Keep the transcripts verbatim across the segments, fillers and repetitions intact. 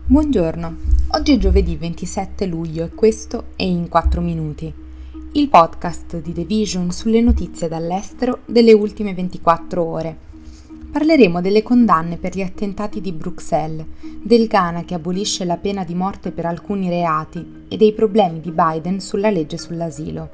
Buongiorno, oggi è giovedì ventisette luglio e questo è In quattro minuti, il podcast di The Vision sulle notizie dall'estero delle ultime ventiquattro ore. Parleremo delle condanne per gli attentati di Bruxelles, del Ghana che abolisce la pena di morte per alcuni reati e dei problemi di Biden sulla legge sull'asilo.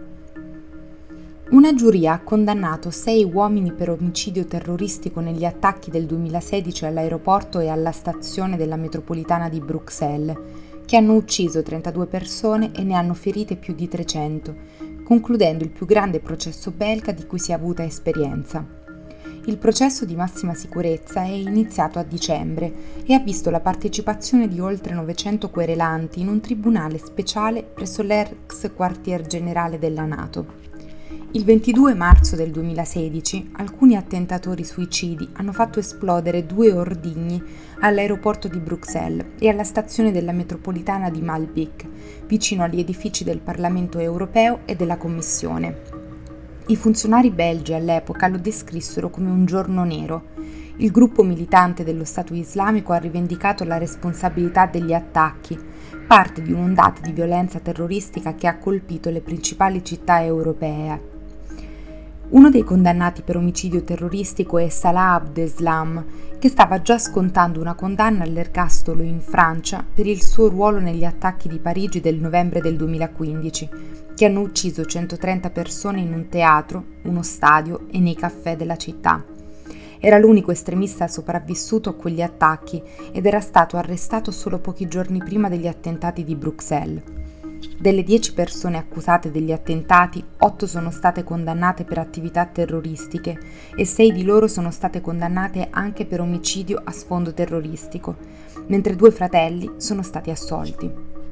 Una giuria ha condannato sei uomini per omicidio terroristico negli attacchi del duemilasedici all'aeroporto e alla stazione della metropolitana di Bruxelles, che hanno ucciso trentadue persone e ne hanno ferite più di trecento, concludendo il più grande processo belga di cui si è avuta esperienza. Il processo di massima sicurezza è iniziato a dicembre e ha visto la partecipazione di oltre novecento querelanti in un tribunale speciale presso l'ex quartier generale della NATO. Il ventidue marzo del duemilasedici alcuni attentatori suicidi hanno fatto esplodere due ordigni all'aeroporto di Bruxelles e alla stazione della metropolitana di Malbyc, vicino agli edifici del Parlamento europeo e della Commissione. I funzionari belgi all'epoca lo descrissero come un giorno nero. Il gruppo militante dello Stato islamico ha rivendicato la responsabilità degli attacchi, parte di un'ondata di violenza terroristica che ha colpito le principali città europee. Uno dei condannati per omicidio terroristico è Salah Abdeslam, che stava già scontando una condanna all'ergastolo in Francia per il suo ruolo negli attacchi di Parigi del novembre del duemilaquindici, che hanno ucciso centotrenta persone in un teatro, uno stadio e nei caffè della città. Era l'unico estremista sopravvissuto a quegli attacchi ed era stato arrestato solo pochi giorni prima degli attentati di Bruxelles. Delle dieci persone accusate degli attentati, otto sono state condannate per attività terroristiche e sei di loro sono state condannate anche per omicidio a sfondo terroristico, mentre due fratelli sono stati assolti.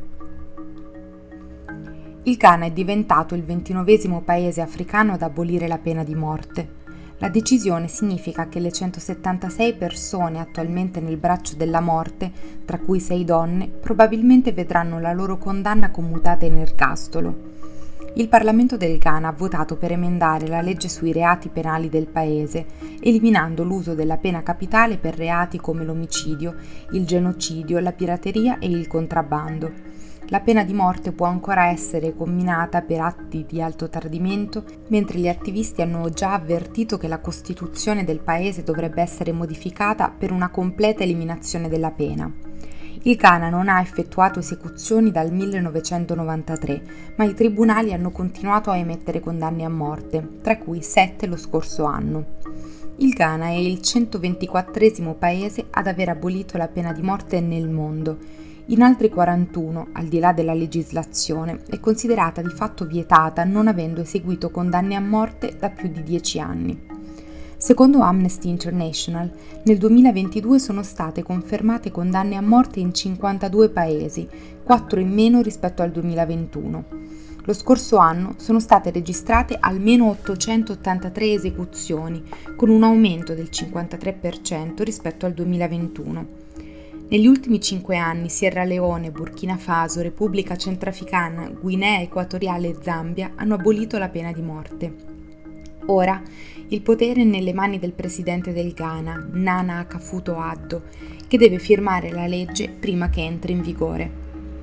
Il Ghana è diventato il ventinovesimo paese africano ad abolire la pena di morte. La decisione significa che le centosettantasei persone attualmente nel braccio della morte, tra cui sei donne, probabilmente vedranno la loro condanna commutata in ergastolo. Il Parlamento del Ghana ha votato per emendare la legge sui reati penali del paese, eliminando l'uso della pena capitale per reati come l'omicidio, il genocidio, la pirateria e il contrabbando. La pena di morte può ancora essere comminata per atti di alto tradimento, mentre gli attivisti hanno già avvertito che la Costituzione del paese dovrebbe essere modificata per una completa eliminazione della pena. Il Ghana non ha effettuato esecuzioni dal millenovecentonovantatré, ma i tribunali hanno continuato a emettere condanne a morte, tra cui sette lo scorso anno. Il Ghana è il centoventiquattresimo paese ad aver abolito la pena di morte nel mondo. In altri quarantuno, al di là della legislazione, è considerata di fatto vietata non avendo eseguito condanne a morte da più di dieci anni. Secondo Amnesty International, nel duemilaventidue sono state confermate condanne a morte in cinquantadue paesi, quattro in meno rispetto al duemilaventuno. Lo scorso anno sono state registrate almeno ottocentottantatré esecuzioni, con un aumento del cinquantatré per cento rispetto al duemilaventuno. Negli ultimi cinque anni Sierra Leone, Burkina Faso, Repubblica Centrafricana, Guinea Equatoriale e Zambia hanno abolito la pena di morte. Ora il potere è nelle mani del presidente del Ghana, Nana Akufo-Addo, che deve firmare la legge prima che entri in vigore.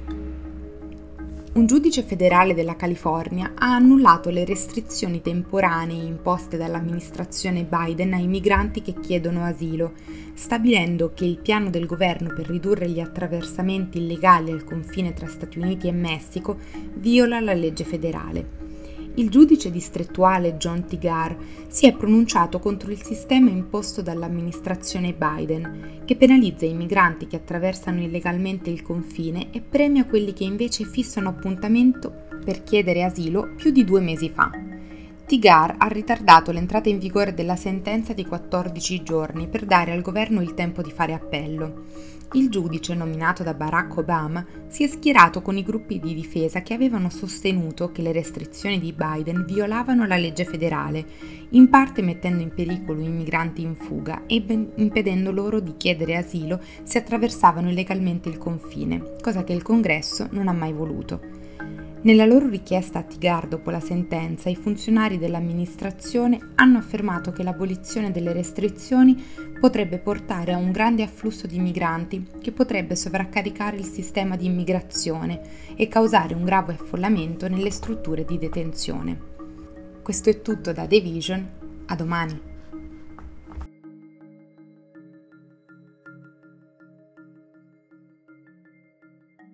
Un giudice federale della California ha annullato le restrizioni temporanee imposte dall'amministrazione Biden ai migranti che chiedono asilo, stabilendo che il piano del governo per ridurre gli attraversamenti illegali al confine tra Stati Uniti e Messico viola la legge federale. Il giudice distrettuale John Tigar si è pronunciato contro il sistema imposto dall'amministrazione Biden, che penalizza i migranti che attraversano illegalmente il confine e premia quelli che invece fissano appuntamento per chiedere asilo più di due mesi fa. Tigar ha ritardato l'entrata in vigore della sentenza di quattordici giorni per dare al governo il tempo di fare appello. Il giudice, nominato da Barack Obama, si è schierato con i gruppi di difesa che avevano sostenuto che le restrizioni di Biden violavano la legge federale, in parte mettendo in pericolo i migranti in fuga e impedendo loro di chiedere asilo se attraversavano illegalmente il confine, cosa che il Congresso non ha mai voluto. Nella loro richiesta a Tigar dopo la sentenza, i funzionari dell'amministrazione hanno affermato che l'abolizione delle restrizioni potrebbe portare a un grande afflusso di migranti che potrebbe sovraccaricare il sistema di immigrazione e causare un grave affollamento nelle strutture di detenzione. Questo è tutto da The Vision, a domani.